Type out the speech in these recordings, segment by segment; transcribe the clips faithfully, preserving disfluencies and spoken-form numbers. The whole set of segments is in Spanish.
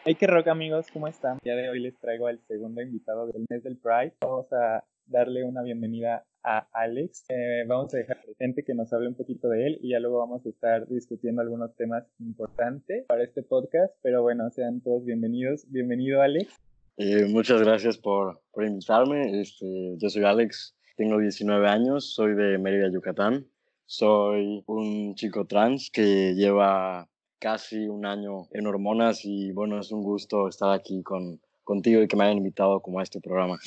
Hey, qué rock amigos, ¿cómo están? El día de hoy les traigo al segundo invitado del mes del Pride. Vamos a darle una bienvenida a Alex. Eh, vamos a dejar presente que nos hable un poquito de él y ya luego vamos a estar discutiendo algunos temas importantes para este podcast. Pero bueno, sean todos bienvenidos. Bienvenido, Alex. Eh, muchas gracias por, por invitarme. Este, yo soy Alex, tengo diecinueve años, soy de Mérida, Yucatán. Soy un chico trans que lleva casi un año en hormonas y bueno, es un gusto estar aquí con, contigo y que me hayan invitado como a este programa.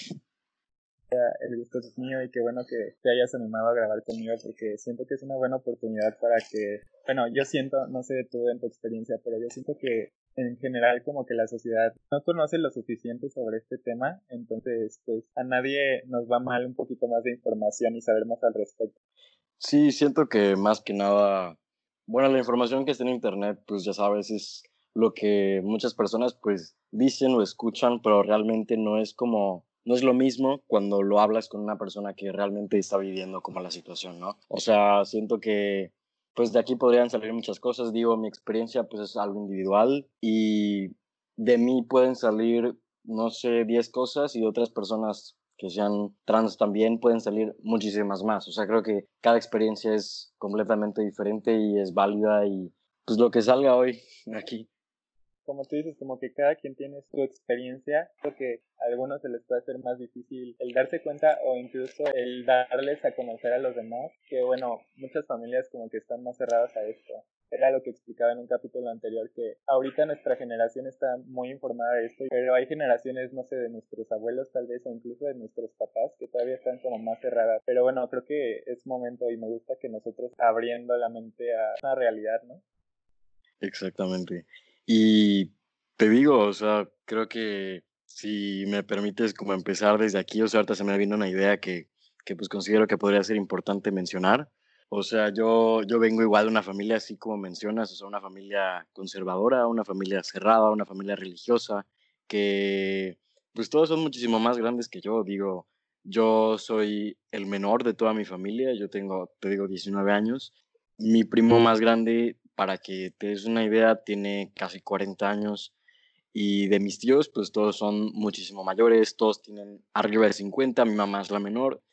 El gusto es mío y qué bueno que te hayas animado a grabar conmigo porque siento que es una buena oportunidad para que, bueno, yo siento, no sé tú en tu experiencia, pero yo siento que en general como que la sociedad no conoce lo suficiente sobre este tema, entonces pues a nadie nos va mal un poquito más de información y saber más al respecto. Sí, siento que más que nada, bueno, la información que está en internet, pues ya sabes, es lo que muchas personas pues dicen o escuchan, pero realmente no es como, no es lo mismo cuando lo hablas con una persona que realmente está viviendo como la situación, ¿no? O sea, siento que pues de aquí podrían salir muchas cosas, digo, mi experiencia pues es algo individual y de mí pueden salir, no sé, diez cosas y de otras personas que sean trans también pueden salir muchísimas más. O sea, creo que cada experiencia es completamente diferente y es válida y pues lo que salga hoy aquí. Como tú dices, como que cada quien tiene su experiencia, creo que a algunos se les puede hacer más difícil el darse cuenta o incluso el darles a conocer a los demás, que bueno, muchas familias como que están más cerradas a esto. Era lo que explicaba en un capítulo anterior, que ahorita nuestra generación está muy informada de esto, pero hay generaciones, no sé, de nuestros abuelos tal vez, o incluso de nuestros papás, que todavía están como más cerradas. Pero bueno, creo que es momento y me gusta que nosotros abriendo la mente a una realidad, ¿no? Exactamente. Y te digo, o sea, creo que si me permites como empezar desde aquí, o sea, ahorita se me vino una idea que, que pues considero que podría ser importante mencionar. O sea, yo, yo vengo igual de una familia así como mencionas, o sea, una familia conservadora, una familia cerrada, una familia religiosa, que pues todos son muchísimo más grandes que yo. Digo, yo soy el menor de toda mi familia, yo tengo, te digo, diecinueve años. Mi primo más grande, para que te des una idea, tiene casi cuarenta años y de mis tíos, pues todos son muchísimo mayores, todos tienen arriba de cincuenta, mi mamá es la menor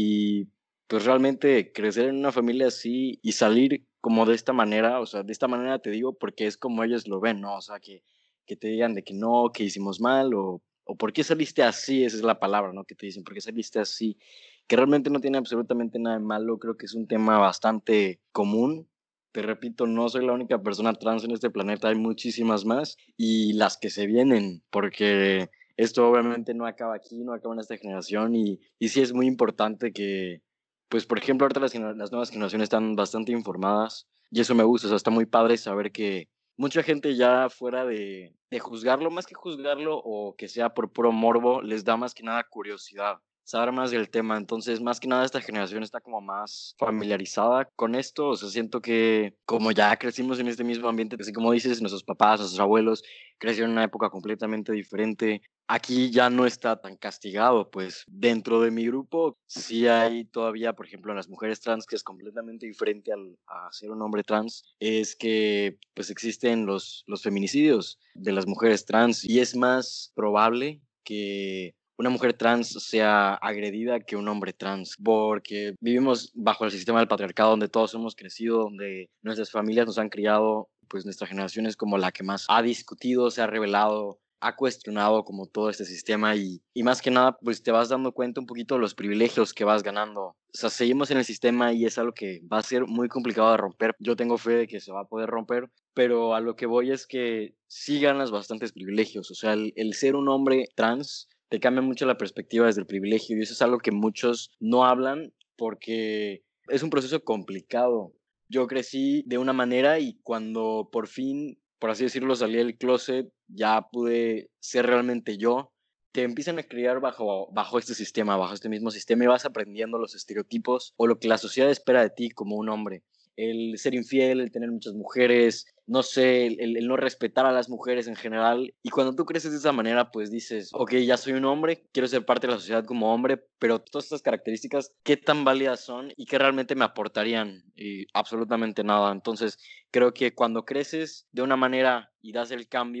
y pues realmente crecer en una familia así y salir como de esta manera, o sea, de esta manera te digo porque es como ellos lo ven, ¿no? O sea, que, que te digan de que no, que hicimos mal o, o por qué saliste así, esa es la palabra, ¿no? Que te dicen, ¿por qué saliste así? Que realmente no tiene absolutamente nada de malo, creo que es un tema bastante común. Te repito, no soy la única persona trans en este planeta, hay muchísimas más y las que se vienen, porque esto obviamente no acaba aquí, no acaba en esta generación y, y sí es muy importante que, pues por ejemplo, ahorita las, las nuevas generaciones están bastante informadas y eso me gusta, o sea, está muy padre saber que mucha gente ya fuera de, de juzgarlo, más que juzgarlo o que sea por puro morbo, les da más que nada curiosidad saber más del tema. Entonces, más que nada, esta generación está como más familiarizada con esto. O sea, siento que como ya crecimos en este mismo ambiente, así como dices, nuestros papás, nuestros abuelos crecieron en una época completamente diferente. Aquí ya no está tan castigado, pues dentro de mi grupo sí hay todavía, por ejemplo, en las mujeres trans, que es completamente diferente al, a ser un hombre trans, es que pues existen los, los feminicidios de las mujeres trans y es más probable que una mujer trans sea agredida que un hombre trans, porque vivimos bajo el sistema del patriarcado donde todos hemos crecido, donde nuestras familias nos han criado, pues nuestra generación es como la que más ha discutido, se ha revelado, ha cuestionado como todo este sistema y, y más que nada pues te vas dando cuenta un poquito de los privilegios que vas ganando. O sea, seguimos en el sistema y es algo que va a ser muy complicado de romper. Yo tengo fe de que se va a poder romper, pero a lo que voy es que sí ganas bastantes privilegios. O sea, el, el ser un hombre trans te cambia mucho la perspectiva desde el privilegio y eso es algo que muchos no hablan porque es un proceso complicado. Yo crecí de una manera y cuando por fin, por así decirlo, salí del closet, ya pude ser realmente yo. Te empiezan a criar bajo, bajo este sistema, bajo este mismo sistema y vas aprendiendo los estereotipos o lo que la sociedad espera de ti como un hombre. El ser infiel, el tener muchas mujeres, no sé, el, el, no respetar a las mujeres en general. Y cuando tú creces de esa manera, pues dices, ok, ya soy un hombre, quiero ser parte de la sociedad como hombre, pero todas estas características, ¿qué tan válidas son y qué realmente me aportarían? Y absolutamente nada. Entonces, creo que cuando creces de una manera y das el cambio,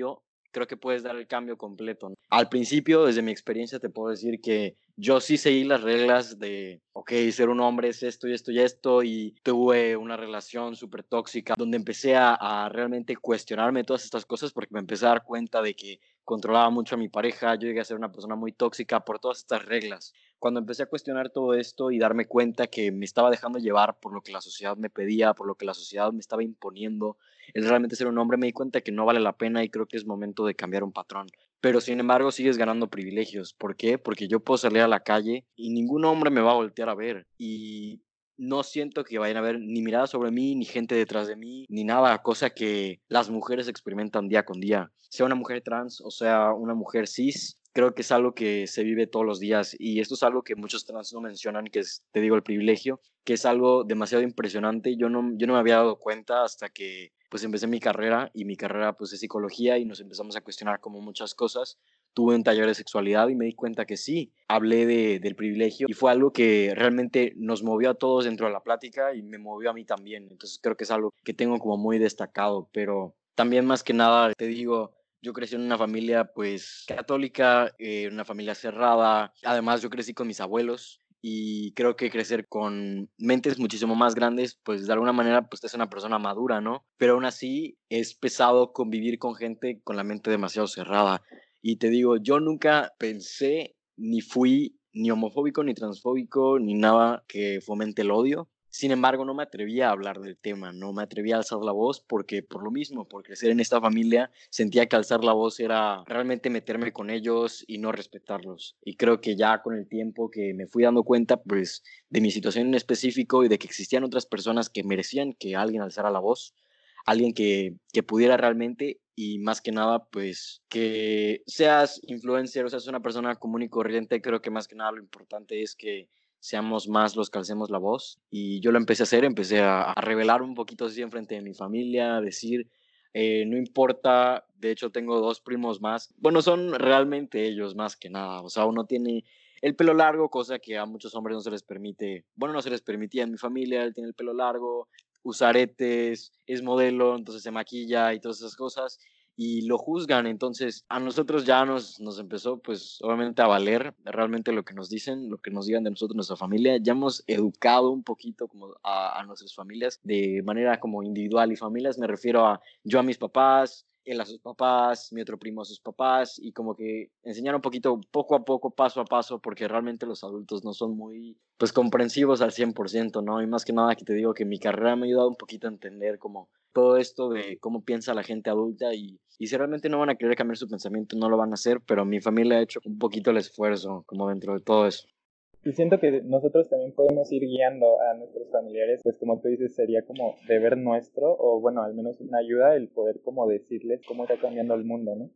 creo que puedes dar el cambio completo, ¿no? Al principio, desde mi experiencia, te puedo decir que yo sí seguí las reglas de, ok, ser un hombre es esto y esto y esto, y tuve una relación súper tóxica donde empecé a, a realmente cuestionarme todas estas cosas porque me empecé a dar cuenta de que controlaba mucho a mi pareja, yo llegué a ser una persona muy tóxica por todas estas reglas. Cuando empecé a cuestionar todo esto y darme cuenta que me estaba dejando llevar por lo que la sociedad me pedía, por lo que la sociedad me estaba imponiendo, el realmente ser un hombre, me di cuenta que no vale la pena y creo que es momento de cambiar un patrón. Pero sin embargo sigues ganando privilegios. ¿Por qué? Porque yo puedo salir a la calle y ningún hombre me va a voltear a ver. Y no siento que vayan a haber ni miradas sobre mí, ni gente detrás de mí, ni nada, cosa que las mujeres experimentan día con día. Sea una mujer trans o sea una mujer cis, creo que es algo que se vive todos los días. Y esto es algo que muchos trans no mencionan, que es, te digo, el privilegio, que es algo demasiado impresionante. Yo no, yo no me había dado cuenta hasta que pues empecé mi carrera, y mi carrera pues es psicología, y nos empezamos a cuestionar como muchas cosas. Tuve un taller de sexualidad y me di cuenta que sí, hablé de, del privilegio, y fue algo que realmente nos movió a todos dentro de la plática y me movió a mí también. Entonces creo que es algo que tengo como muy destacado, pero también más que nada te digo, yo crecí en una familia pues católica, eh, una familia cerrada. Además yo crecí con mis abuelos, y creo que crecer con mentes muchísimo más grandes, pues de alguna manera pues te hace una persona madura, ¿no? Pero aún así es pesado convivir con gente con la mente demasiado cerrada. Y te digo, yo nunca pensé ni fui ni homofóbico, ni transfóbico, ni nada que fomente el odio. Sin embargo, no me atrevía a hablar del tema, no me atrevía a alzar la voz porque por lo mismo, por crecer en esta familia, sentía que alzar la voz era realmente meterme con ellos y no respetarlos. Y creo que ya con el tiempo que me fui dando cuenta, pues, de mi situación en específico y de que existían otras personas que merecían que alguien alzara la voz, alguien que, que pudiera realmente, y más que nada, pues, que seas influencer o seas una persona común y corriente. Creo que más que nada lo importante es que seamos más los que alcemos la voz. Y yo lo empecé a hacer, empecé a, a revelar un poquito así en frente de mi familia, a decir, eh, no importa. De hecho tengo dos primos más, bueno, son realmente ellos más que nada, o sea, uno tiene el pelo largo, cosa que a muchos hombres no se les permite, bueno, no se les permitía en mi familia. Él tiene el pelo largo, usa aretes, es modelo, entonces se maquilla y todas esas cosas, y lo juzgan. Entonces a nosotros ya nos, nos empezó pues obviamente a valer realmente lo que nos dicen, lo que nos digan de nosotros, nuestra familia. Ya hemos educado un poquito como a, a nuestras familias de manera como individual, y familias me refiero a yo a mis papás, él a sus papás, mi otro primo a sus papás, y como que enseñar un poquito, poco a poco, paso a paso, porque realmente los adultos no son muy, pues, comprensivos al cien por ciento, ¿no? Y más que nada que te digo que mi carrera me ha ayudado un poquito a entender como todo esto de cómo piensa la gente adulta, y, y si realmente no van a querer cambiar su pensamiento, no lo van a hacer, pero mi familia ha hecho un poquito el esfuerzo como dentro de todo eso. Y siento que nosotros también podemos ir guiando a nuestros familiares, pues como tú dices, sería como deber nuestro, o bueno, al menos una ayuda el poder como decirles cómo está cambiando el mundo, ¿no?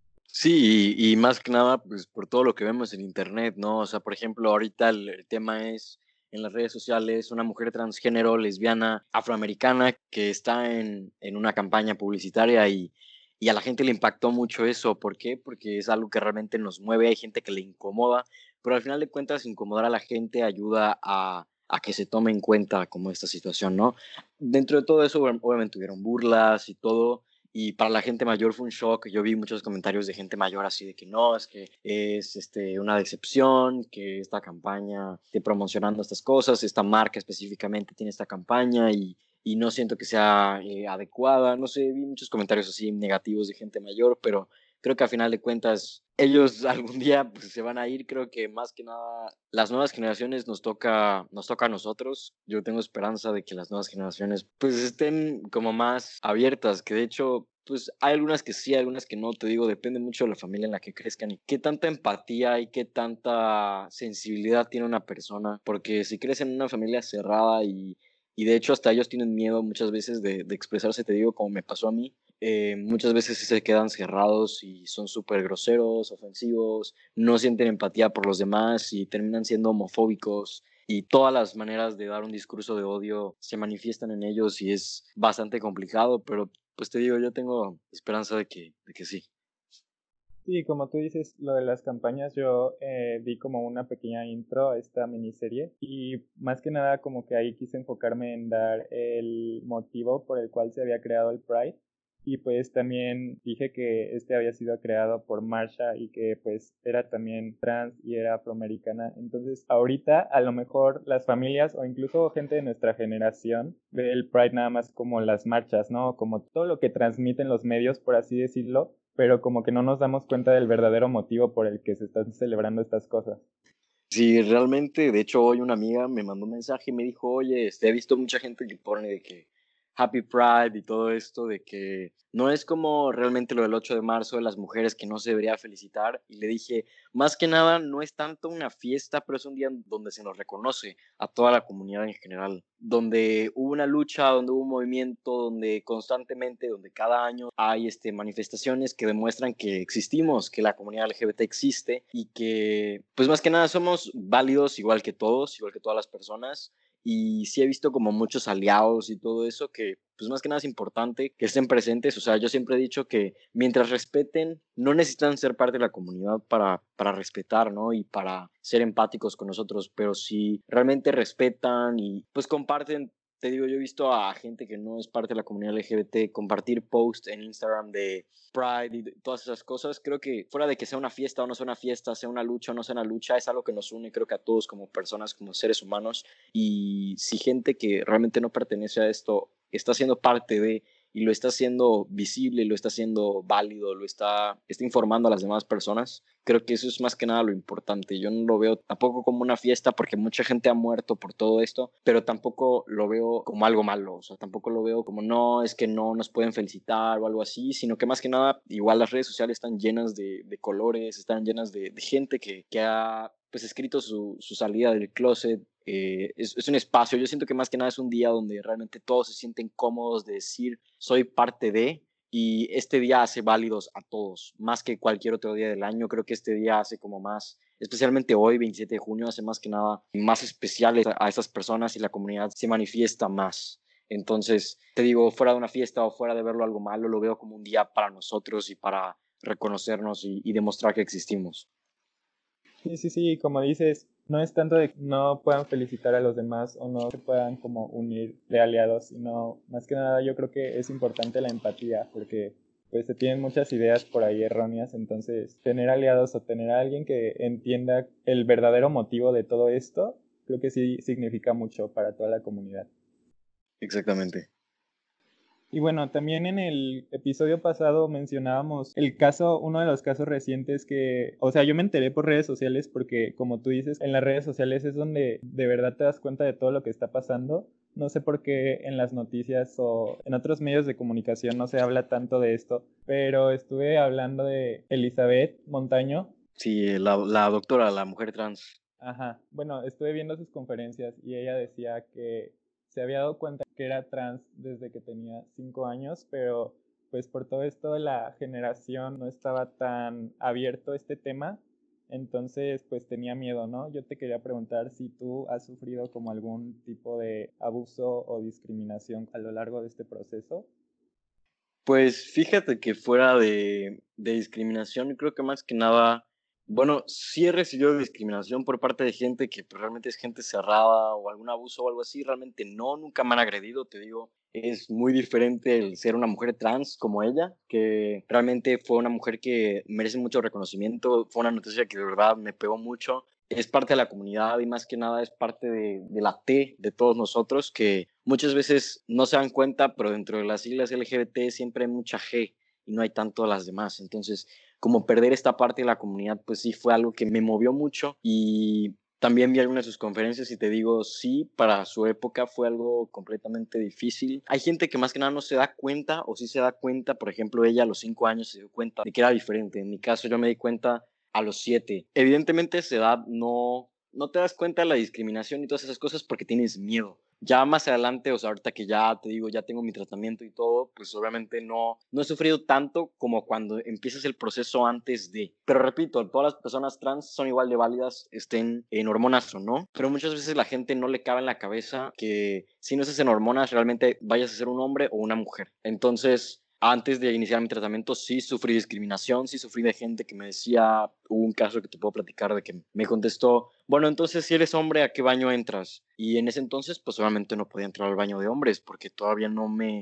Sí, y, y más que nada, pues por todo lo que vemos en internet, ¿no? O sea, por ejemplo, ahorita el, el tema es en las redes sociales, una mujer transgénero, lesbiana, afroamericana, que está en, en una campaña publicitaria, y, y a la gente le impactó mucho eso. ¿Por qué? Porque es algo que realmente nos mueve, hay gente que le incomoda, pero al final de cuentas incomodar a la gente ayuda a, a que se tome en cuenta como esta situación, ¿no? Dentro de todo eso, obviamente tuvieron burlas y todo, y para la gente mayor fue un shock. Yo vi muchos comentarios de gente mayor así de que no, es que es este, una decepción que esta campaña esté promocionando estas cosas, esta marca específicamente tiene esta campaña, y, y no siento que sea eh, adecuada. No sé, vi muchos comentarios así negativos de gente mayor, pero creo que a final de cuentas ellos algún día pues, se van a ir. Creo que más que nada las nuevas generaciones nos toca, nos toca a nosotros. Yo tengo esperanza de que las nuevas generaciones pues estén como más abiertas, que de hecho pues hay algunas que sí, algunas que no. Te digo, depende mucho de la familia en la que crezcan y qué tanta empatía y qué tanta sensibilidad tiene una persona, porque si crecen en una familia cerrada, y, y de hecho hasta ellos tienen miedo muchas veces de, de expresarse, te digo, como me pasó a mí. Eh, muchas veces se quedan cerrados y son súper groseros, ofensivos, no sienten empatía por los demás y terminan siendo homofóbicos, y todas las maneras de dar un discurso de odio se manifiestan en ellos, y es bastante complicado, pero pues te digo, yo tengo esperanza de que, de que sí. Sí, como tú dices, lo de las campañas, yo eh, di como una pequeña intro a esta miniserie y más que nada como que ahí quise enfocarme en dar el motivo por el cual se había creado el Pride. y pues también dije que este había sido creado por Marsha y que pues era también trans y era afroamericana. Entonces ahorita a lo mejor las familias o incluso gente de nuestra generación ve el Pride nada más como las marchas, ¿no? Como todo lo que transmiten los medios, por así decirlo, pero como que no nos damos cuenta del verdadero motivo por el que se están celebrando estas cosas. Sí, realmente, de hecho, hoy una amiga me mandó un mensaje y me dijo, oye, este, he visto mucha gente que pone de que Happy Pride y todo esto, de que no es como realmente lo del ocho de marzo de las mujeres que no se debería felicitar. Y le dije, más que nada, no es tanto una fiesta, pero es un día donde se nos reconoce a toda la comunidad en general, donde hubo una lucha, donde hubo un movimiento, donde constantemente, donde cada año hay este, manifestaciones que demuestran que existimos, que la comunidad L G B T existe y que, pues más que nada, somos válidos igual que todos, igual que todas las personas. Y sí he visto como muchos aliados y todo eso que, pues más que nada es importante que estén presentes. O sea, yo siempre he dicho que mientras respeten, no necesitan ser parte de la comunidad para, para respetar, ¿no? Y para ser empáticos con nosotros, pero si realmente respetan y pues comparten. Te digo, yo he visto a gente que no es parte de la comunidad L G B T compartir posts en Instagram de Pride y de todas esas cosas. Creo que fuera de que sea una fiesta o no sea una fiesta, sea una lucha o no sea una lucha, es algo que nos une, creo que a todos como personas, como seres humanos. Y si gente que realmente no pertenece a esto está siendo parte de y lo está haciendo visible, lo está haciendo válido, lo está, está informando a las demás personas, creo que eso es más que nada lo importante. Yo no lo veo tampoco como una fiesta porque mucha gente ha muerto por todo esto, pero tampoco lo veo como algo malo, o sea, tampoco lo veo como no, es que no nos pueden felicitar o algo así, sino que más que nada, igual las redes sociales están llenas de, de colores, están llenas de, de gente que, que ha pues escrito su, su salida del closet. Eh, es, es un espacio, yo siento que más que nada es un día donde realmente todos se sienten cómodos de decir soy parte de, y este día hace válidos a todos, más que cualquier otro día del año. Creo que este día hace como más, especialmente hoy, veintisiete de junio, hace más que nada más especiales a, a esas personas y la comunidad se manifiesta más. Entonces, te digo, fuera de una fiesta o fuera de verlo algo malo, lo veo como un día para nosotros y para reconocernos y, y demostrar que existimos. Sí, sí, sí, como dices, no es tanto de que no puedan felicitar a los demás o no se puedan como unir de aliados, sino más que nada yo creo que es importante la empatía, porque pues se tienen muchas ideas por ahí erróneas, entonces tener aliados o tener a alguien que entienda el verdadero motivo de todo esto, creo que sí significa mucho para toda la comunidad. Exactamente. Y bueno, también en el episodio pasado mencionábamos el caso, uno de los casos recientes que, o sea, yo me enteré por redes sociales porque, como tú dices, en las redes sociales es donde de verdad te das cuenta de todo lo que está pasando. No sé por qué en las noticias o en otros medios de comunicación no se habla tanto de esto, pero estuve hablando de Elizabeth Montaño. Sí, la, la doctora, la mujer trans. Ajá, bueno, estuve viendo sus conferencias y ella decía que se había dado cuenta que era trans desde que tenía cinco años, pero pues por todo esto de la generación no estaba tan abierto este tema, entonces pues tenía miedo, ¿no? Yo te quería preguntar si tú has sufrido como algún tipo de abuso o discriminación a lo largo de este proceso. Pues fíjate que fuera de, de discriminación, creo que más que nada, bueno, sí he recibido discriminación por parte de gente que pues, realmente es gente cerrada o algún abuso o algo así. Realmente no, nunca me han agredido, te digo. Es muy diferente el ser una mujer trans como ella, que realmente fue una mujer que merece mucho reconocimiento. Fue una noticia que de verdad me pegó mucho. Es parte de la comunidad y más que nada es parte de, de la T de todos nosotros, que muchas veces no se dan cuenta, pero dentro de las siglas L G B T siempre hay mucha G y no hay tanto las demás. Entonces, como perder esta parte de la comunidad, pues sí fue algo que me movió mucho. Y también vi algunas de sus conferencias y te digo, sí, para su época fue algo completamente difícil. Hay gente que más que nada no se da cuenta, o sí se da cuenta. Por ejemplo, ella a los cinco años se dio cuenta de que era diferente. En mi caso, yo me di cuenta a los siete. Evidentemente, a esa edad no, no te das cuenta de la discriminación y todas esas cosas porque tienes miedo. Ya más adelante, o sea, ahorita que ya te digo, ya tengo mi tratamiento y todo, pues obviamente no, no he sufrido tanto como cuando empiezas el proceso antes de. Pero repito, todas las personas trans son igual de válidas, estén en hormonas o no, pero muchas veces la gente no le cabe en la cabeza que si no estás en hormonas realmente vayas a ser un hombre o una mujer. Entonces, antes de iniciar mi tratamiento sí sufrí discriminación, sí sufrí de gente que me decía, hubo un caso que te puedo platicar de que me contestó, bueno, entonces si eres hombre, ¿a qué baño entras? Y en ese entonces pues obviamente no podía entrar al baño de hombres porque todavía no me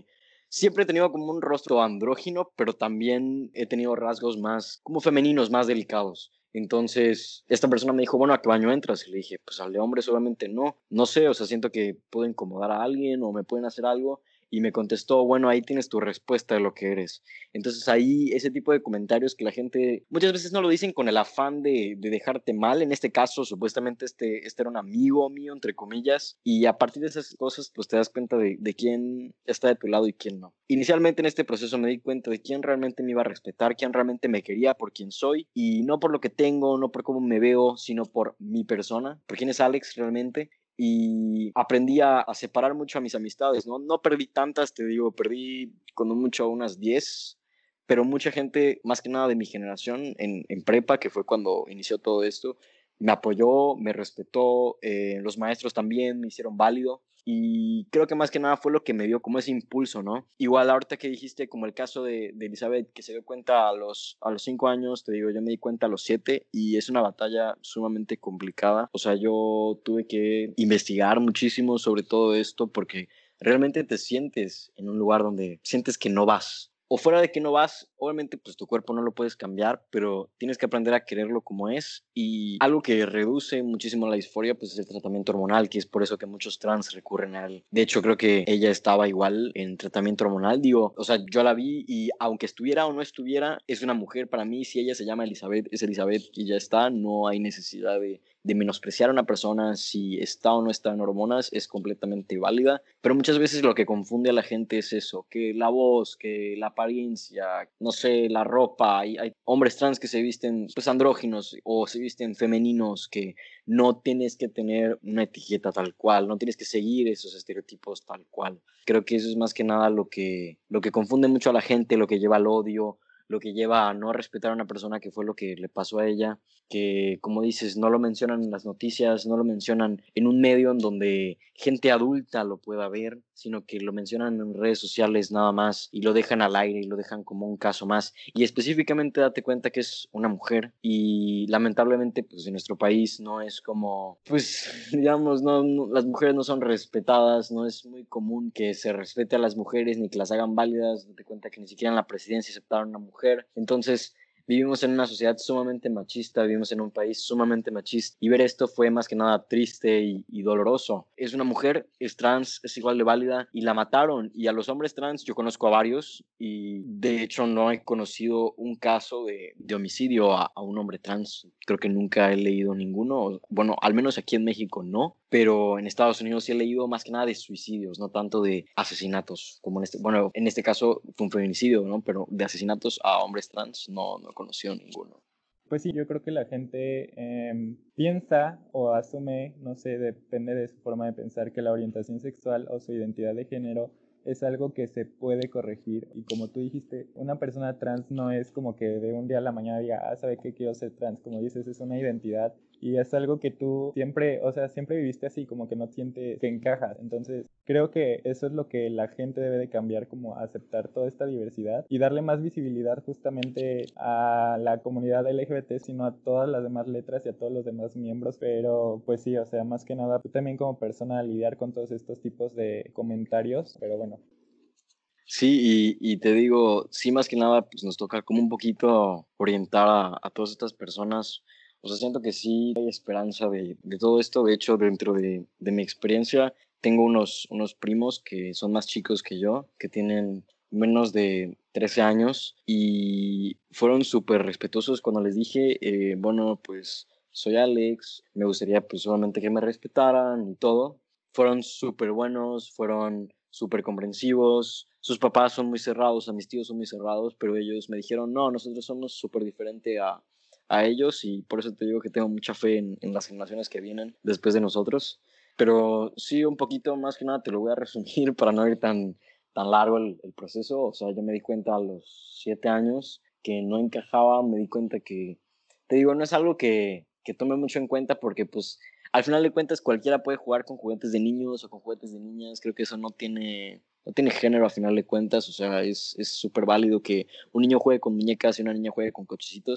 siempre he tenido como un rostro andrógino, pero también he tenido rasgos más como femeninos, más delicados. Entonces, esta persona me dijo, bueno, ¿a qué baño entras? Y le dije, pues al de hombres obviamente no. No sé, o sea, siento que puedo incomodar a alguien o me pueden hacer algo. Y me contestó, bueno, ahí tienes tu respuesta de lo que eres. Entonces ahí ese tipo de comentarios que la gente muchas veces no lo dicen con el afán de, de dejarte mal. En este caso, supuestamente este, este era un amigo mío, entre comillas. Y a partir de esas cosas, pues te das cuenta de, de quién está de tu lado y quién no. Inicialmente en este proceso me di cuenta de quién realmente me iba a respetar, quién realmente me quería por quién soy. Y no por lo que tengo, no por cómo me veo, sino por mi persona, por quién es Alex realmente. Y aprendí a, a, separar mucho a mis amistades, ¿no? No perdí tantas, te digo, perdí con mucho unas diez, pero mucha gente, más que nada de mi generación, en, en prepa, que fue cuando inició todo esto, me apoyó, me respetó, eh, los maestros también me hicieron válido. Y creo que más que nada fue lo que me dio como ese impulso, ¿no? Igual ahorita que dijiste, como el caso de, de Elizabeth, que se dio cuenta a los, a los cinco años, te digo, yo me di cuenta a los siete y es una batalla sumamente complicada. O sea, yo tuve que investigar muchísimo sobre todo esto porque realmente te sientes en un lugar donde sientes que no vas. O fuera de que no vas, obviamente pues tu cuerpo no lo puedes cambiar, pero tienes que aprender a quererlo como es. Y algo que reduce muchísimo la disforia pues es el tratamiento hormonal, que es por eso que muchos trans recurren a él. De hecho, creo que ella estaba igual en tratamiento hormonal, digo, o sea, yo la vi y aunque estuviera o no estuviera, es una mujer para mí. Si ella se llama Elizabeth, es Elizabeth y ya está, no hay necesidad de de menospreciar a una persona si está o no está en hormonas, es completamente válida, pero muchas veces lo que confunde a la gente es eso, que la voz, que la apariencia, no sé, la ropa, hay, hay hombres trans que se visten pues andróginos o se visten femeninos, que no tienes que tener una etiqueta tal cual, no tienes que seguir esos estereotipos tal cual. Creo que eso es más que nada lo que, lo que confunde mucho a la gente, lo que lleva al odio, lo que lleva a no respetar a una persona, que fue lo que le pasó a ella, que como dices, no lo mencionan en las noticias, no lo mencionan en un medio en donde gente adulta lo pueda ver, sino que lo mencionan en redes sociales nada más y lo dejan al aire y lo dejan como un caso más. Y específicamente date cuenta que es una mujer y lamentablemente pues en nuestro país no es como, pues digamos, no, no, las mujeres no son respetadas, no es muy común que se respete a las mujeres ni que las hagan válidas. Date cuenta que ni siquiera en la presidencia aceptaron a una mujer. Entonces vivimos en una sociedad sumamente machista, vivimos en un país sumamente machista y ver esto fue más que nada triste y, y doloroso. Es una mujer, es trans, es igual de válida y la mataron. Y a los hombres trans yo conozco a varios y de hecho no he conocido un caso de, de homicidio a, a un hombre trans. Creo que nunca he leído ninguno, bueno, al menos aquí en México no, pero en Estados Unidos sí he leído más que nada de suicidios, no tanto de asesinatos, como en este, bueno, en este caso fue un feminicidio, ¿no? Pero de asesinatos a hombres trans no, no he conocido ninguno. Pues sí, yo creo que la gente eh, piensa o asume, no sé, depende de su forma de pensar, que la orientación sexual o su identidad de género es algo que se puede corregir. Y como tú dijiste, una persona trans no es como que de un día a la mañana diga, ah, ¿sabe qué? Quiero ser trans. Como dices, es una identidad y es algo que tú siempre, o sea, siempre viviste así, como que no sientes que encajas. Entonces, creo que eso es lo que la gente debe de cambiar, como aceptar toda esta diversidad y darle más visibilidad justamente a la comunidad L G B T, sino a todas las demás letras y a todos los demás miembros. Pero pues sí, o sea, más que nada, tú también como persona lidiar con todos estos tipos de comentarios, pero bueno. Sí, y, y te digo, sí, más que nada, pues nos toca como un poquito orientar a, a todas estas personas. O sea, siento que sí hay esperanza de, de todo esto. De hecho, dentro de, de mi experiencia, tengo unos, unos primos que son más chicos que yo, que tienen menos de trece años y fueron súper respetuosos cuando les dije, eh, bueno, pues soy Alex, me gustaría pues solamente que me respetaran y todo. Fueron súper buenos, fueron súper comprensivos. Sus papás son muy cerrados, a mis tíos son muy cerrados, pero ellos me dijeron, no, nosotros somos súper diferente a, a ellos y por eso te digo que tengo mucha fe en, en las generaciones que vienen después de nosotros. Pero sí, un poquito más que nada te lo voy a resumir para no ir tan, tan largo el, el proceso. O sea, yo me di cuenta a los siete años que no encajaba, me di cuenta que, te digo, no es algo que, que tome mucho en cuenta porque pues al final de cuentas cualquiera puede jugar con juguetes de niños o con juguetes de niñas. Creo que eso no tiene, no tiene género a final de cuentas. O sea, es es súper válido que un niño juegue con muñecas y una niña juegue con cochecitos.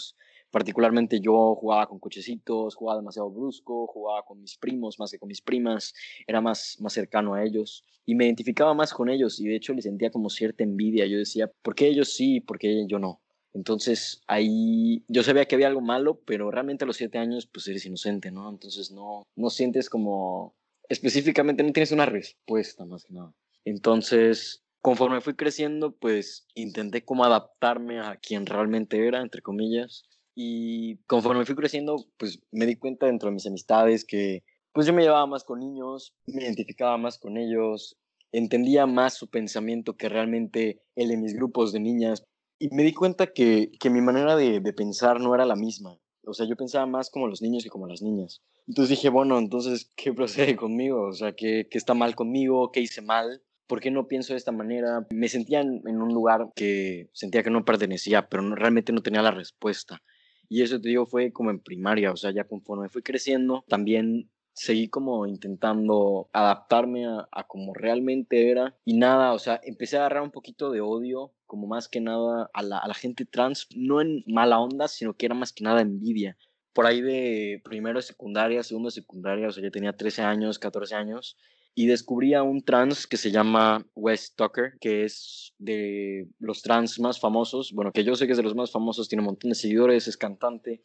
Particularmente yo jugaba con cochecitos, jugaba demasiado brusco, jugaba con mis primos más que con mis primas, era más, más cercano a ellos y me identificaba más con ellos y de hecho les sentía como cierta envidia. Yo decía, ¿por qué ellos sí? ¿Por qué yo no? Entonces ahí yo sabía que había algo malo, pero realmente a los siete años pues eres inocente, ¿no? Entonces no, no sientes como, específicamente no tienes una respuesta más que nada. Entonces, conforme fui creciendo, pues intenté como adaptarme a quien realmente era, entre comillas. Y conforme fui creciendo, pues me di cuenta dentro de mis amistades que pues yo me llevaba más con niños, me identificaba más con ellos, entendía más su pensamiento que realmente el de mis grupos de niñas. Y me di cuenta que, que mi manera de, de pensar no era la misma. O sea, yo pensaba más como los niños que como las niñas. Entonces dije, bueno, entonces, ¿qué procede conmigo? O sea, ¿qué, qué está mal conmigo? ¿Qué hice mal? ¿Por qué no pienso de esta manera? Me sentía en, en un lugar que sentía que no pertenecía, pero no, realmente no tenía la respuesta. Y eso te digo fue como en primaria, o sea, ya conforme fui creciendo, también seguí como intentando adaptarme a, a como realmente era y nada, o sea, empecé a agarrar un poquito de odio, como más que nada a la, a la gente trans, no en mala onda, sino que era más que nada envidia. Por ahí de primero de secundaria, segundo de secundaria, o sea, ya tenía trece años, catorce años, y descubrí a un trans que se llama Wes Tucker, que es de los trans más famosos, bueno, que yo sé que es de los más famosos, tiene un montón de seguidores, es cantante,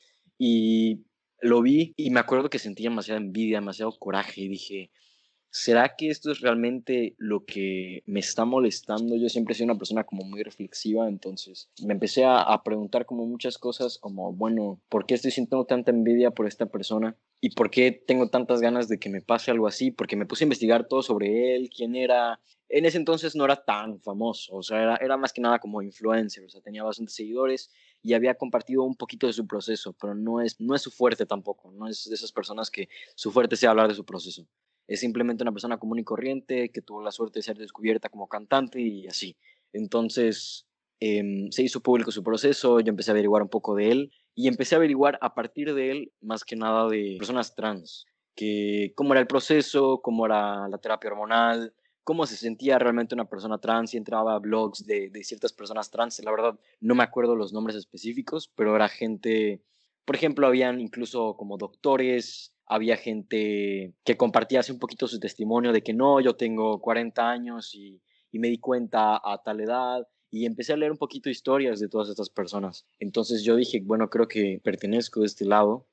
y lo vi y me acuerdo que sentí demasiada envidia, demasiado coraje, y dije, ¿será que esto es realmente lo que me está molestando? Yo siempre he sido una persona como muy reflexiva, entonces me empecé a, a preguntar como muchas cosas, como, bueno, ¿por qué estoy sintiendo tanta envidia por esta persona? ¿Y por qué tengo tantas ganas de que me pase algo así? Porque me puse a investigar todo sobre él, quién era. En ese entonces no era tan famoso, o sea, era, era más que nada como influencer, o sea, tenía bastantes seguidores y había compartido un poquito de su proceso, pero no es, no es su fuerte tampoco, no es de esas personas que su fuerte sea hablar de su proceso. Es simplemente una persona común y corriente que tuvo la suerte de ser descubierta como cantante y así. Entonces, eh, se hizo público su proceso, yo empecé a averiguar un poco de él y empecé a averiguar a partir de él más que nada de personas trans, que cómo era el proceso, cómo era la terapia hormonal, cómo se sentía realmente una persona trans y entraba a blogs de, de ciertas personas trans. La verdad, no me acuerdo los nombres específicos, pero era gente, por ejemplo, habían incluso como doctores, había gente que compartía así un poquito su testimonio de que no, yo tengo cuarenta años y, y me di cuenta a tal edad y empecé a leer un poquito historias de todas estas personas. Entonces yo dije, bueno, creo que pertenezco de este lado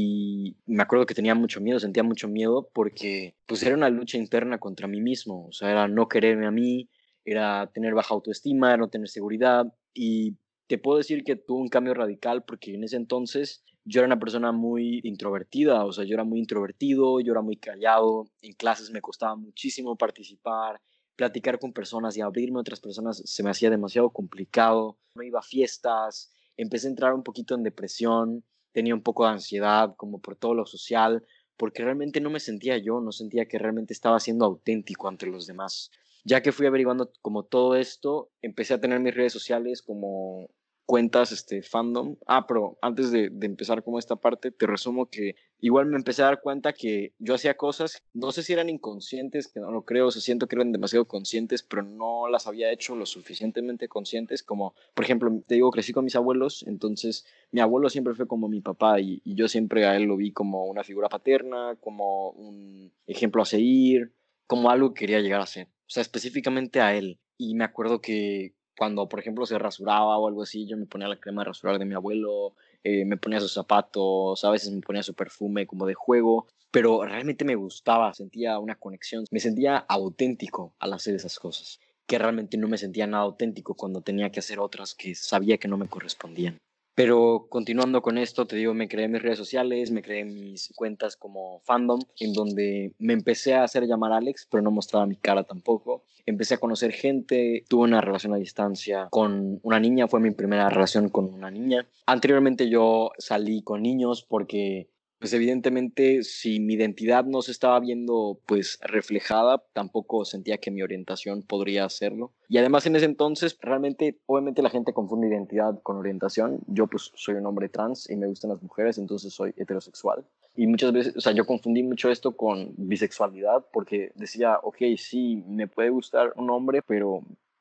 y me acuerdo que tenía mucho miedo, sentía mucho miedo porque pues era una lucha interna contra mí mismo, o sea, era no quererme a mí, era tener baja autoestima, era no tener seguridad y te puedo decir que tuve un cambio radical porque en ese entonces yo era una persona muy introvertida, o sea, yo era muy introvertido, yo era muy callado, en clases me costaba muchísimo participar, platicar con personas y abrirme a otras personas se me hacía demasiado complicado, no iba a fiestas, empecé a entrar un poquito en depresión, tenía un poco de ansiedad como por todo lo social, porque realmente no me sentía yo, no sentía que realmente estaba siendo auténtico ante los demás. Ya que fui averiguando como todo esto, empecé a tener mis redes sociales como cuentas, este, fandom. Ah, pero antes de, de empezar como esta parte, te resumo que igual me empecé a dar cuenta que yo hacía cosas, no sé si eran inconscientes, que no lo creo, o sea, siento que eran demasiado conscientes, pero no las había hecho lo suficientemente conscientes, como, por ejemplo, te digo, crecí con mis abuelos, entonces mi abuelo siempre fue como mi papá y, y yo siempre a él lo vi como una figura paterna, como un ejemplo a seguir, como algo que quería llegar a ser, o sea, específicamente a él. Y me acuerdo que cuando, por ejemplo, se rasuraba o algo así, yo me ponía la crema de rasurar de mi abuelo, eh, me ponía sus zapatos, a veces me ponía su perfume como de juego, pero realmente me gustaba, sentía una conexión, me sentía auténtico al hacer esas cosas, que realmente no me sentía nada auténtico cuando tenía que hacer otras que sabía que no me correspondían. Pero continuando con esto, te digo, me creé mis redes sociales, me creé mis cuentas como fandom, en donde me empecé a hacer llamar Alex, pero no mostraba mi cara tampoco. Empecé a conocer gente, tuve una relación a distancia con una niña, fue mi primera relación con una niña. Anteriormente yo salí con niños porque pues evidentemente si mi identidad no se estaba viendo pues reflejada, tampoco sentía que mi orientación podría hacerlo. Y además en ese entonces realmente, obviamente la gente confunde identidad con orientación. Yo pues soy un hombre trans y me gustan las mujeres, entonces soy heterosexual. Y muchas veces, o sea, yo confundí mucho esto con bisexualidad porque decía, ok, sí, me puede gustar un hombre, pero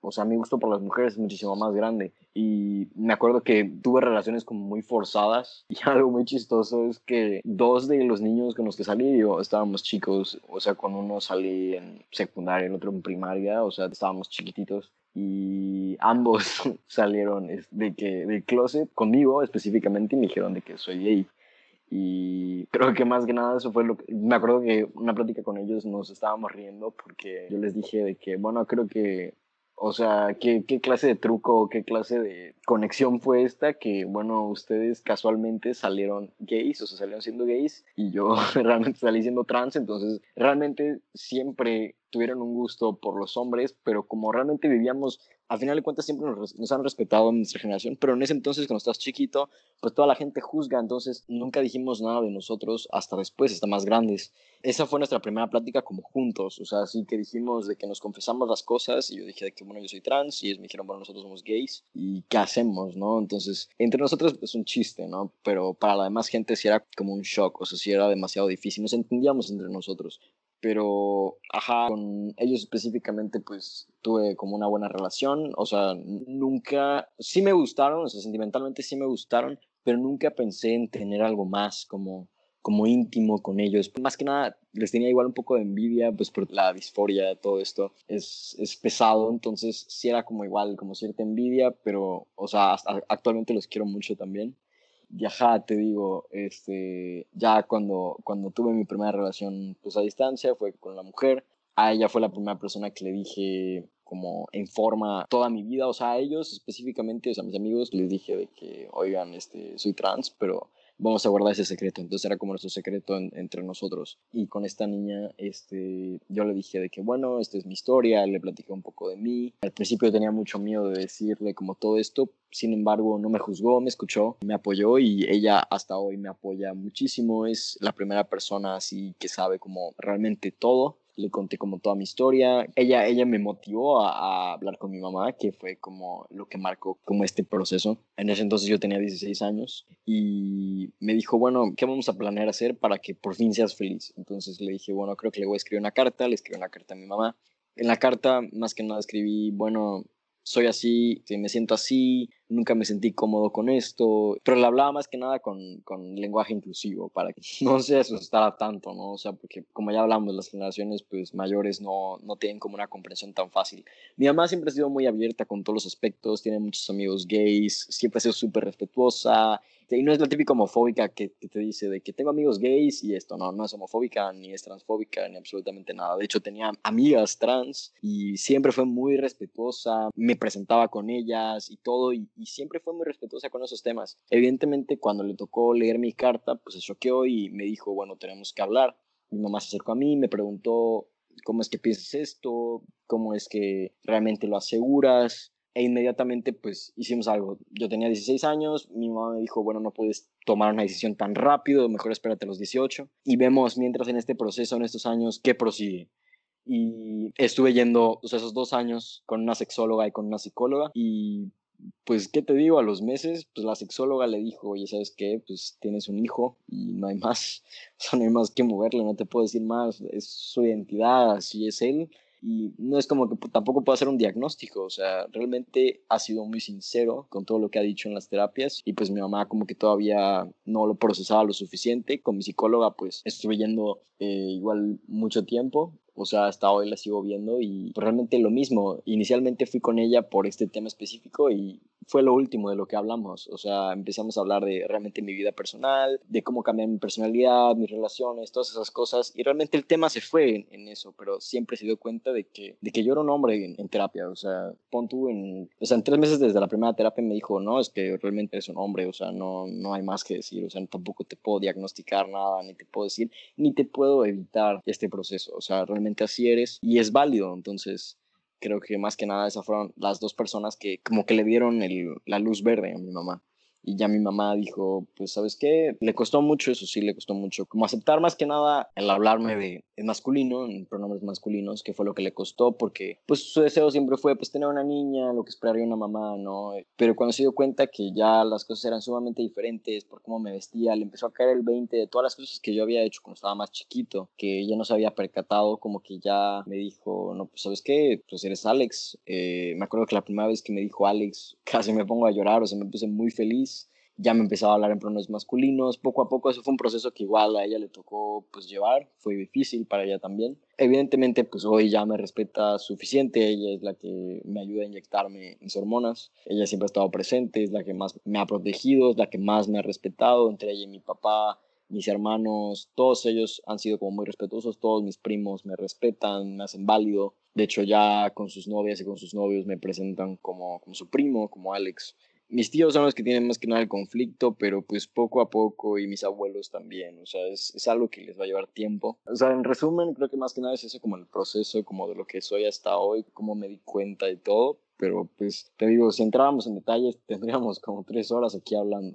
o sea, mi gusto por las mujeres es muchísimo más grande. Y me acuerdo que tuve relaciones como muy forzadas. Y algo muy chistoso es que dos de los niños con los que salí, yo estábamos chicos. O sea, con uno salí en secundaria, el otro en primaria. O sea, estábamos chiquititos. Y ambos salieron de que, del closet conmigo específicamente y me dijeron de que soy gay. Y creo que más que nada eso fue lo que... Me acuerdo que una plática con ellos nos estábamos riendo porque yo les dije de que, bueno, creo que... O sea, ¿qué, qué clase de truco, qué clase de conexión fue esta? Que, bueno, ustedes casualmente salieron gays, o sea, salieron siendo gays, y yo realmente salí siendo trans, entonces realmente siempre tuvieron un gusto por los hombres, pero como realmente vivíamos, al final de cuentas siempre nos, nos han respetado en nuestra generación, pero en ese entonces cuando estás chiquito, pues toda la gente juzga, entonces nunca dijimos nada de nosotros hasta después, hasta más grandes. Esa fue nuestra primera plática como juntos, o sea, así que dijimos de que nos confesamos las cosas y yo dije de que, bueno, yo soy trans y ellos me dijeron, bueno, nosotros somos gays y ¿qué hacemos, no? Entonces, entre nosotros es un chiste, ¿no? Pero para la demás gente sí era como un shock, o sea, sí era demasiado difícil, nos entendíamos entre nosotros. Pero, ajá, con ellos específicamente, pues tuve como una buena relación, o sea, nunca, sí me gustaron, o sea, sentimentalmente sí me gustaron, pero nunca pensé en tener algo más como como íntimo con ellos. Más que nada les tenía igual un poco de envidia, pues por la disforia, todo esto es, es pesado, entonces sí era como igual, como cierta envidia, pero, o sea, hasta actualmente los quiero mucho también. Y ajá, te digo, este, ya cuando, cuando tuve mi primera relación pues a distancia fue con la mujer, a ella fue la primera persona que le dije como en forma toda mi vida, o sea, a ellos específicamente, o sea, a mis amigos les dije de que, oigan, este, soy trans, pero vamos a guardar ese secreto. Entonces era como nuestro secreto en, entre nosotros. Y con esta niña, este, yo le dije de que, bueno, esta es mi historia, le platiqué un poco de mí. Al principio tenía mucho miedo de decirle como todo esto, sin embargo, no me juzgó, me escuchó, me apoyó y ella hasta hoy me apoya muchísimo. Es la primera persona así que sabe como realmente todo. Le conté como toda mi historia. Ella, ella me motivó a, a hablar con mi mamá, que fue como lo que marcó como este proceso. En ese entonces yo tenía dieciséis años y me dijo, bueno, ¿qué vamos a planear hacer para que por fin seas feliz? Entonces le dije, bueno, creo que le voy a escribir una carta. Le escribí una carta a mi mamá. En la carta, más que nada, escribí, bueno, soy así, me siento así, nunca me sentí cómodo con esto, pero le hablaba más que nada con, con lenguaje inclusivo para que no se asustara tanto, ¿no? O sea, porque como ya hablamos, las generaciones pues mayores no, no tienen como una comprensión tan fácil. Mi mamá siempre ha sido muy abierta con todos los aspectos, tiene muchos amigos gays, siempre ha sido súper respetuosa, y no es la típica homofóbica que, que te dice de que tengo amigos gays y esto, no, no es homofóbica, ni es transfóbica, ni absolutamente nada. De hecho, tenía amigas trans y siempre fue muy respetuosa, me presentaba con ellas y todo, y, y siempre fue muy respetuosa con esos temas. Evidentemente, cuando le tocó leer mi carta, pues se choqueó y me dijo, bueno, tenemos que hablar. Mi mamá se acercó a mí, me preguntó, ¿cómo es que piensas esto? ¿Cómo es que realmente lo aseguras? E inmediatamente pues hicimos algo. Yo tenía dieciséis años, mi mamá me dijo, bueno, no puedes tomar una decisión tan rápido, mejor espérate a los dieciocho. Y vemos mientras en este proceso, en estos años, qué prosigue. Y estuve yendo, o sea, esos dos años con una sexóloga y con una psicóloga y pues, ¿qué te digo? A los meses, pues la sexóloga le dijo, oye, ¿sabes qué? Pues tienes un hijo y no hay más, o sea, no hay más que moverle, no te puedo decir más, es su identidad, así es él. Y no es como que tampoco puedo hacer un diagnóstico, o sea, realmente ha sido muy sincero con todo lo que ha dicho en las terapias y pues mi mamá como que todavía no lo procesaba lo suficiente. Con mi psicóloga pues estuve yendo eh, igual mucho tiempo, o sea, hasta hoy la sigo viendo y pues, realmente lo mismo. Inicialmente fui con ella por este tema específico y fue lo último de lo que hablamos. O sea, empezamos a hablar de realmente mi vida personal, de cómo cambiar mi personalidad, mis relaciones, todas esas cosas. Y realmente el tema se fue en, en eso, pero siempre se dio cuenta de que, de que yo era un hombre en, en terapia. O sea, pon tú en, o sea, en tres meses desde la primera terapia me dijo, no, es que realmente eres un hombre, o sea, no, no hay más que decir. O sea, tampoco te puedo diagnosticar nada, ni te puedo decir, ni te puedo evitar este proceso. O sea, realmente así eres y es válido. Entonces, creo que más que nada esas fueron las dos personas que como que le dieron el, la luz verde a mi mamá. Y ya mi mamá dijo, pues, ¿sabes qué? Le costó mucho, eso sí, le costó mucho. Como aceptar más que nada el hablarme de, en masculino, en pronombres masculinos, que fue lo que le costó, porque pues su deseo siempre fue pues tener una niña, lo que esperaría una mamá, ¿no? Pero cuando se dio cuenta que ya las cosas eran sumamente diferentes por cómo me vestía, le empezó a caer el veinte de todas las cosas que yo había hecho cuando estaba más chiquito, que ella no se había percatado, como que ya me dijo, no, pues ¿sabes qué? Pues eres Alex. Eh, me acuerdo que la primera vez que me dijo Alex, casi me pongo a llorar, o sea, me puse muy feliz. Ya me empezaba a hablar en pronombres masculinos, poco a poco. Eso fue un proceso que igual a ella le tocó pues llevar, fue difícil para ella también. Evidentemente pues hoy ya me respeta suficiente, ella es la que me ayuda a inyectarme mis hormonas, ella siempre ha estado presente, es la que más me ha protegido, es la que más me ha respetado, entre ella y mi papá, mis hermanos, todos ellos han sido como muy respetuosos, todos mis primos me respetan, me hacen válido. De hecho ya con sus novias y con sus novios me presentan como, como su primo, como Alex. Mis tíos son los que tienen más que nada el conflicto, pero pues poco a poco, y mis abuelos también, o sea, es, es algo que les va a llevar tiempo. O sea, en resumen, creo que más que nada es eso como el proceso, como de lo que soy hasta hoy, cómo me di cuenta y todo, pero pues te digo, si entrábamos en detalles, tendríamos como tres horas aquí hablando.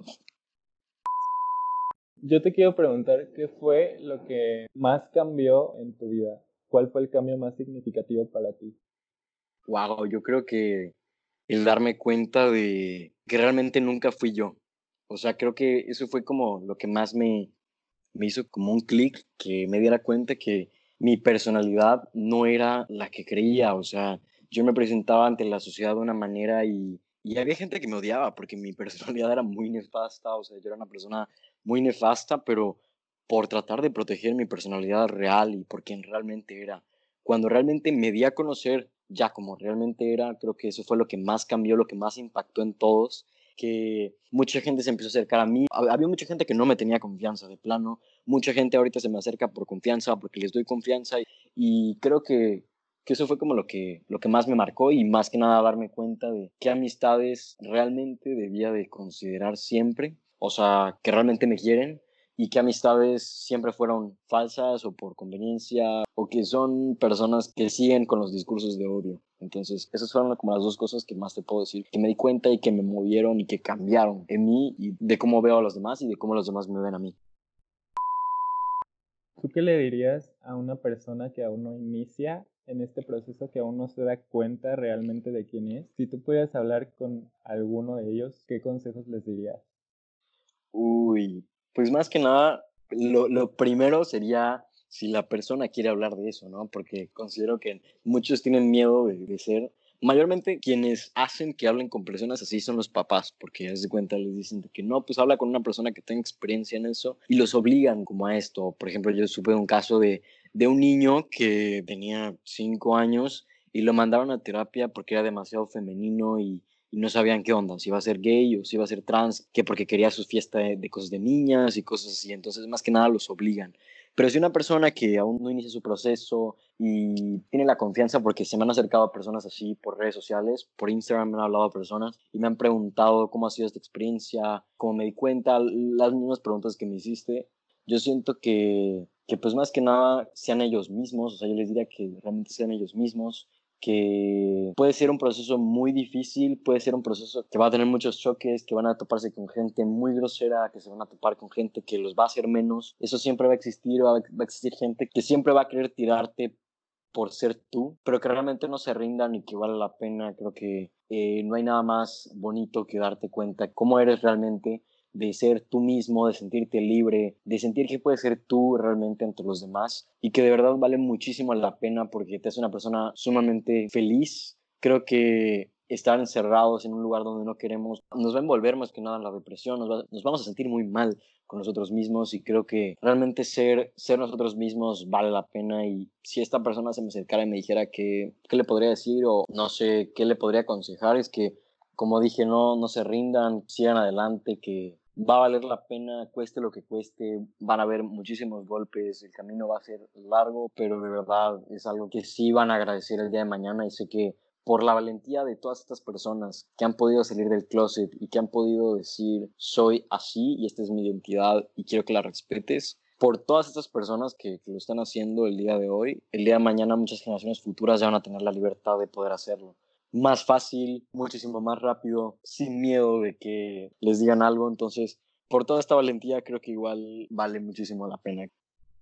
Yo te quiero preguntar, ¿qué fue lo que más cambió en tu vida? ¿Cuál fue el cambio más significativo para ti? Wow, yo creo que el darme cuenta de que realmente nunca fui yo. O sea, creo que eso fue como lo que más me, me hizo como un clic, que me diera cuenta que mi personalidad no era la que creía. O sea, yo me presentaba ante la sociedad de una manera y, y había gente que me odiaba porque mi personalidad era muy nefasta. O sea, yo era una persona muy nefasta, pero por tratar de proteger mi personalidad real y por quien realmente era. Cuando realmente me di a conocer ya como realmente era, creo que eso fue lo que más cambió, lo que más impactó en todos, que mucha gente se empezó a acercar a mí. Había mucha gente que no me tenía confianza, de plano. Mucha gente ahorita se me acerca por confianza, porque les doy confianza. Y creo que, que eso fue como lo que, lo que más me marcó, y más que nada darme cuenta de qué amistades realmente debía de considerar siempre. O sea, que realmente me quieren, y qué amistades siempre fueron falsas o por conveniencia, o que son personas que siguen con los discursos de odio. Entonces, esas fueron como las dos cosas que más te puedo decir, que me di cuenta y que me movieron y que cambiaron en mí, y de cómo veo a los demás y de cómo los demás me ven a mí. ¿Tú qué le dirías a una persona que aún no inicia en este proceso, que aún no se da cuenta realmente de quién es? Si tú pudieras hablar con alguno de ellos, ¿qué consejos les dirías? Uy, pues más que nada, lo, lo primero sería si la persona quiere hablar de eso, ¿no? Porque considero que muchos tienen miedo de, de ser, mayormente quienes hacen que hablen con personas así son los papás, porque haz de cuenta les dicen de que no, pues habla con una persona que tenga experiencia en eso, y los obligan como a esto. Por ejemplo, yo supe de un caso de, de un niño que tenía cinco años y lo mandaron a terapia porque era demasiado femenino, y y no sabían qué onda, si iba a ser gay o si iba a ser trans, que porque quería su fiesta de, de cosas de niñas y cosas así. Entonces, más que nada los obligan. Pero si una persona que aún no inicia su proceso y tiene la confianza, porque se me han acercado a personas así por redes sociales, por Instagram me han hablado a personas y me han preguntado cómo ha sido esta experiencia, cómo me di cuenta, las mismas preguntas que me hiciste. Yo siento que, que pues más que nada sean ellos mismos, o sea, yo les diría que realmente sean ellos mismos, que puede ser un proceso muy difícil, puede ser un proceso que va a tener muchos choques, que van a toparse con gente muy grosera, que se van a topar con gente que los va a hacer menos. Eso siempre va a existir, va a, va a existir gente que siempre va a querer tirarte por ser tú, pero que realmente no se rindan y que vale la pena. Creo que eh, no hay nada más bonito que darte cuenta cómo eres realmente, de ser tú mismo, de sentirte libre, de sentir que puedes ser tú realmente entre los demás, y que de verdad vale muchísimo la pena porque te hace una persona sumamente feliz. Creo que estar encerrados en un lugar donde no queremos nos va a envolver más que nada en la depresión, nos, va, nos vamos a sentir muy mal con nosotros mismos, y creo que realmente ser, ser nosotros mismos vale la pena. Y si esta persona se me acercara y me dijera que, qué le podría decir o no sé qué le podría aconsejar, es que, como dije, no, no se rindan, sigan adelante, que va a valer la pena, cueste lo que cueste, van a haber muchísimos golpes, el camino va a ser largo, pero de verdad es algo que sí van a agradecer el día de mañana. Y sé que por la valentía de todas estas personas que han podido salir del closet y que han podido decir soy así y esta es mi identidad y quiero que la respetes, por todas estas personas que, que lo están haciendo el día de hoy, el día de mañana muchas generaciones futuras ya van a tener la libertad de poder hacerlo más fácil, muchísimo más rápido, sin miedo de que les digan algo. Entonces, por toda esta valentía, creo que igual vale muchísimo la pena.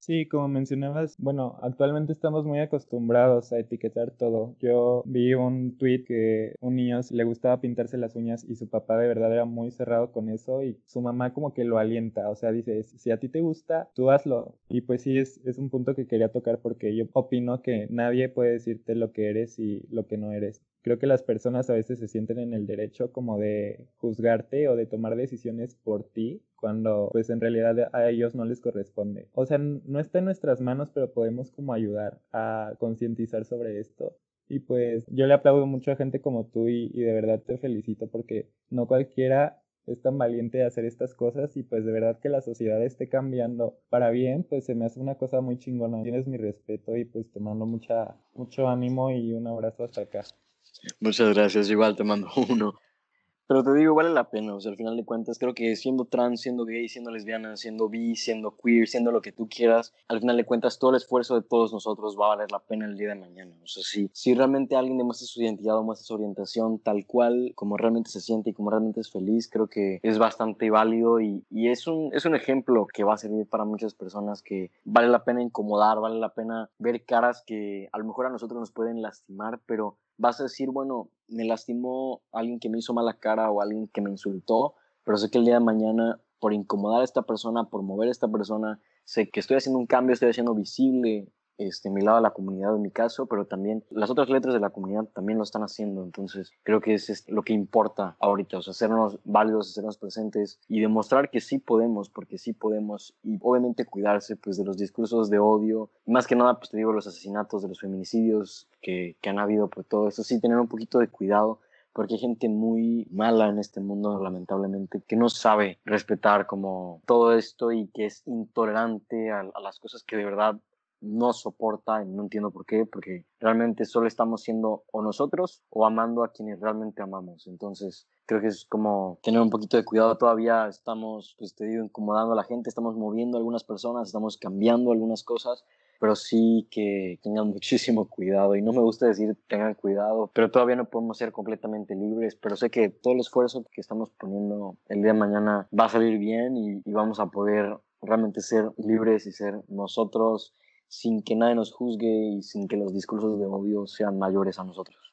Sí, como mencionabas, bueno, actualmente estamos muy acostumbrados a etiquetar todo. Yo vi un tweet que un niño le gustaba pintarse las uñas y su papá de verdad era muy cerrado con eso y su mamá como que lo alienta, o sea, dice, si a ti te gusta, tú hazlo. Y pues sí, es, es un punto que quería tocar porque yo opino que nadie puede decirte lo que eres y lo que no eres. Creo que las personas a veces se sienten en el derecho como de juzgarte o de tomar decisiones por ti cuando pues en realidad a ellos no les corresponde. O sea, no está en nuestras manos, pero podemos como ayudar a concientizar sobre esto. Y pues yo le aplaudo mucho a gente como tú y, y de verdad te felicito porque no cualquiera es tan valiente de hacer estas cosas y pues de verdad que la sociedad esté cambiando para bien, pues se me hace una cosa muy chingona. Tienes mi respeto y pues te mando mucha, mucho ánimo y un abrazo hasta acá. Muchas gracias, igual te mando uno. Pero te digo, vale la pena, o sea, al final de cuentas, creo que siendo trans, siendo gay, siendo lesbiana, siendo bi, siendo queer, siendo lo que tú quieras, al final de cuentas, todo el esfuerzo de todos nosotros va a valer la pena el día de mañana. O sea, si, si realmente alguien demuestra su identidad o muestra su orientación tal cual, como realmente se siente y como realmente es feliz, creo que es bastante válido y, y es, un, es un ejemplo que va a servir para muchas personas que vale la pena incomodar, vale la pena ver caras que a lo mejor a nosotros nos pueden lastimar, pero vas a decir, bueno, me lastimó alguien que me hizo mala cara o alguien que me insultó, pero sé que el día de mañana, por incomodar a esta persona, por mover a esta persona, sé que estoy haciendo un cambio, estoy haciendo visible este, mi lado de la comunidad en mi caso, pero también las otras letras de la comunidad también lo están haciendo. Entonces creo que es, es lo que importa ahorita, o sea, hacernos válidos, hacernos presentes y demostrar que sí podemos, porque sí podemos, y obviamente cuidarse pues de los discursos de odio, más que nada pues te digo los asesinatos, de los feminicidios que, que han habido, pues todo eso, sí tener un poquito de cuidado porque hay gente muy mala en este mundo, lamentablemente, que no sabe respetar como todo esto y que es intolerante a, a las cosas que de verdad no soporta y no entiendo por qué, porque realmente solo estamos siendo o nosotros o amando a quienes realmente amamos. Entonces creo que es como tener un poquito de cuidado. Todavía estamos, pues te digo, incomodando a la gente, estamos moviendo a algunas personas, estamos cambiando algunas cosas, pero sí que tengan muchísimo cuidado. Y no me gusta decir tengan cuidado, pero todavía no podemos ser completamente libres, pero sé que todo el esfuerzo que estamos poniendo el día de mañana va a salir bien y, y vamos a poder realmente ser libres y ser nosotros sin que nadie nos juzgue y sin que los discursos de odio sean mayores a nosotros.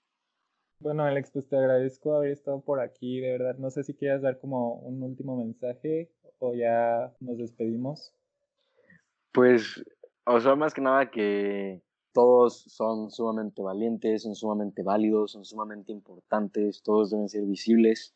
Bueno, Alex, pues te agradezco haber estado por aquí, de verdad. No sé si quieras dar como un último mensaje o ya nos despedimos. Pues, o sea, más que nada que todos son sumamente valientes, son sumamente válidos, son sumamente importantes, todos deben ser visibles,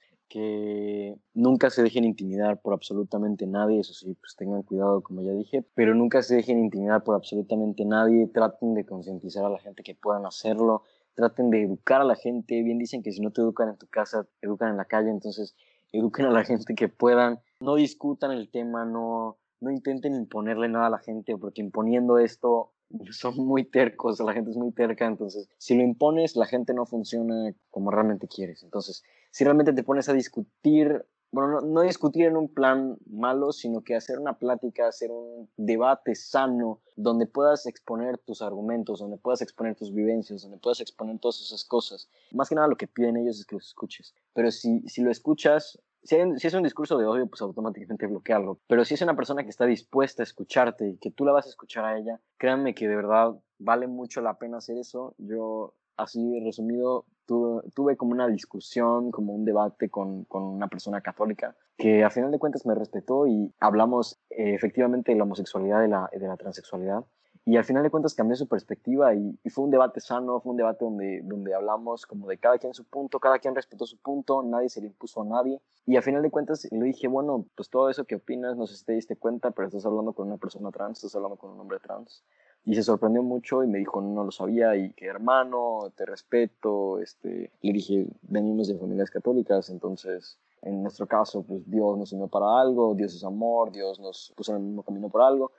que nunca se dejen intimidar por absolutamente nadie, eso sí, pues tengan cuidado, como ya dije, pero nunca se dejen intimidar por absolutamente nadie, traten de concientizar a la gente que puedan hacerlo, traten de educar a la gente, bien dicen que si no te educan en tu casa, te educan en la calle, entonces eduquen a la gente que puedan, no discutan el tema, no no intenten imponerle nada a la gente, porque imponiendo esto son muy tercos, la gente es muy terca, entonces si lo impones, la gente no funciona como realmente quieres. Entonces, si realmente te pones a discutir, bueno, no, no discutir en un plan malo, sino que hacer una plática, hacer un debate sano, donde puedas exponer tus argumentos, donde puedas exponer tus vivencias, donde puedas exponer todas esas cosas. Más que nada lo que piden ellos es que los escuches. Pero si, si lo escuchas, si, hay, si es un discurso de odio, pues automáticamente bloquearlo. Pero si es una persona que está dispuesta a escucharte y que tú la vas a escuchar a ella, créanme que de verdad vale mucho la pena hacer eso. Yo, así resumido, tuve, tuve como una discusión, como un debate con, con una persona católica que a final de cuentas me respetó y hablamos eh, efectivamente de la homosexualidad y de la, de la transexualidad. Y al final de cuentas cambió su perspectiva y, y fue un debate sano, fue un debate donde, donde hablamos como de cada quien su punto, cada quien respetó su punto, nadie se le impuso a nadie. Y al final de cuentas le dije, bueno, pues todo eso que opinas, no sé si te diste cuenta, pero estás hablando con una persona trans, estás hablando con un hombre trans. Y se sorprendió mucho y me dijo, no lo sabía, y que hermano, te respeto. Este, le dije, venimos de familias católicas, entonces en nuestro caso, pues Dios nos unió para algo, Dios es amor, Dios nos puso en el mismo camino por algo.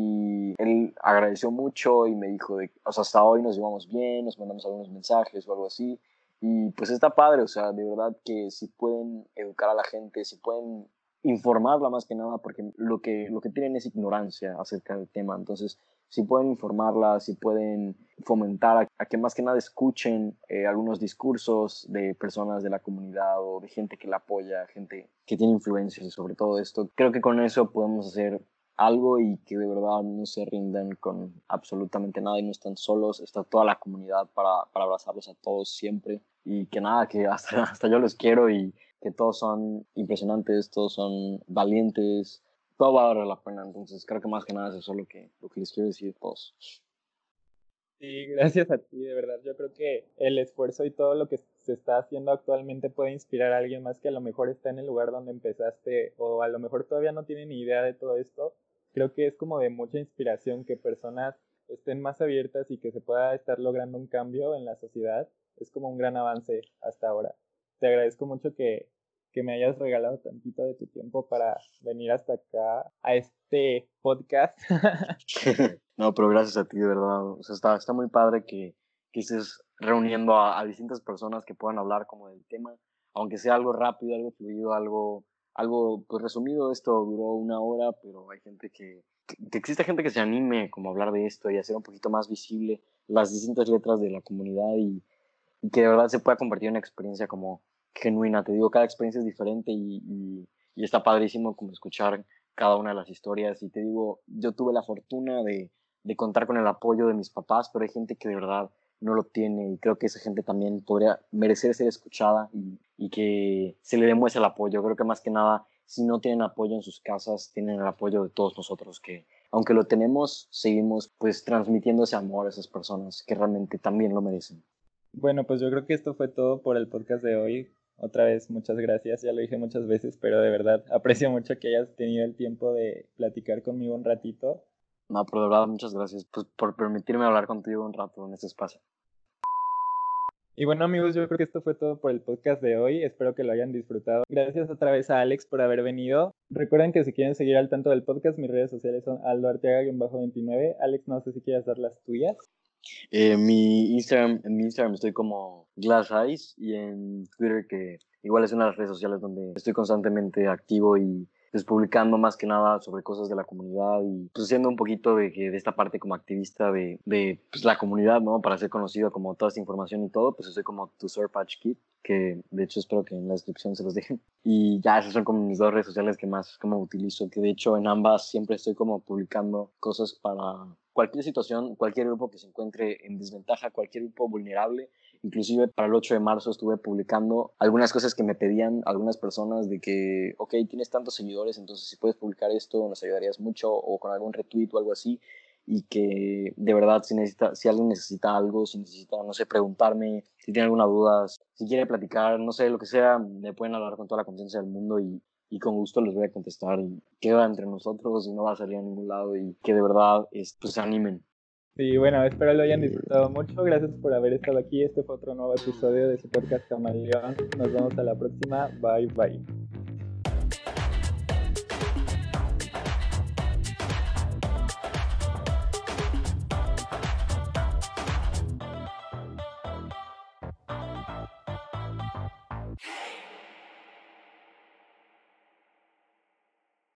Y él agradeció mucho y me dijo, de, o sea, hasta hoy nos llevamos bien, nos mandamos algunos mensajes o algo así. Y pues está padre, o sea, de verdad que si pueden educar a la gente, si pueden informarla más que nada, porque lo que, lo que tienen es ignorancia acerca del tema. Entonces, si pueden informarla, si pueden fomentar a, a que más que nada escuchen eh, algunos discursos de personas de la comunidad o de gente que la apoya, gente que tiene influencias sobre todo esto, creo que con eso podemos hacer algo y que de verdad no se rindan con absolutamente nada y no están solos. Está toda la comunidad para, para abrazarlos a todos siempre. Y que nada, que hasta, hasta yo los quiero y que todos son impresionantes, todos son valientes, todo va a valer la pena. Entonces creo que más que nada es eso lo que, lo que les quiero decir a todos. Sí, gracias a ti, de verdad. Yo creo que el esfuerzo y todo lo que se está haciendo actualmente puede inspirar a alguien más que a lo mejor está en el lugar donde empezaste o a lo mejor todavía no tiene ni idea de todo esto. Creo que es como de mucha inspiración que personas estén más abiertas y que se pueda estar logrando un cambio en la sociedad. Es como un gran avance hasta ahora. Te agradezco mucho que, que me hayas regalado tantito de tu tiempo para venir hasta acá a este podcast. No, pero gracias a ti, de verdad. O sea, está, está muy padre que, que estés reuniendo a, a distintas personas que puedan hablar como del tema, aunque sea algo rápido, algo fluido, algo, algo pues resumido. Esto duró una hora, pero hay gente que, que, que existe gente que se anime como a hablar de esto y hacer un poquito más visible las distintas letras de la comunidad y, y que de verdad se pueda convertir en una experiencia como genuina. Te digo, cada experiencia es diferente y, y, y está padrísimo como escuchar cada una de las historias. Y te digo, yo tuve la fortuna de, de contar con el apoyo de mis papás, pero hay gente que de verdad no lo tiene y creo que esa gente también podría merecer ser escuchada y, y que se le demuestre el apoyo. Creo que más que nada, si no tienen apoyo en sus casas, tienen el apoyo de todos nosotros que, aunque lo tenemos, seguimos pues transmitiendo ese amor a esas personas que realmente también lo merecen. Bueno, pues yo creo que esto fue todo por el podcast de hoy. Otra vez, muchas gracias. Ya lo dije muchas veces, pero de verdad aprecio mucho que hayas tenido el tiempo de platicar conmigo un ratito. No, pero de verdad, muchas gracias pues, por permitirme hablar contigo un rato en este espacio. Y bueno, amigos, yo creo que esto fue todo por el podcast de hoy. Espero que lo hayan disfrutado. Gracias otra vez a Alex por haber venido. Recuerden que si quieren seguir al tanto del podcast, mis redes sociales son aldo arteaga veintinueve. Alex, no sé si quieres dar las tuyas. Eh, mi Instagram, en mi Instagram estoy como Glass Eyes y en Twitter, que igual es una de las redes sociales donde estoy constantemente activo y pues publicando más que nada sobre cosas de la comunidad y pues haciendo un poquito de, de esta parte como activista de, de pues, la comunidad, ¿no? Para ser conocido como toda esta información y todo, pues estoy como tu Sour Patch Kid, que de hecho espero que en la descripción se los dejen. Y ya esas son como mis dos redes sociales que más como utilizo, que de hecho en ambas siempre estoy como publicando cosas para cualquier situación, cualquier grupo que se encuentre en desventaja, cualquier grupo vulnerable. Inclusive para el ocho de marzo estuve publicando algunas cosas que me pedían algunas personas de que, ok, tienes tantos seguidores, entonces si puedes publicar esto nos ayudarías mucho, o con algún retweet o algo así, y que de verdad si, necesita, si alguien necesita algo, si necesita, no sé, preguntarme, si tiene alguna duda, si quiere platicar, no sé, lo que sea, me pueden hablar con toda la confianza del mundo y, y con gusto les voy a contestar y queda entre nosotros y no va a salir a ningún lado y que de verdad es, pues se animen. Sí, bueno, espero lo hayan disfrutado mucho. Gracias por haber estado aquí. Este fue otro nuevo episodio de su podcast Camaleón. Nos vemos a la próxima. Bye, bye.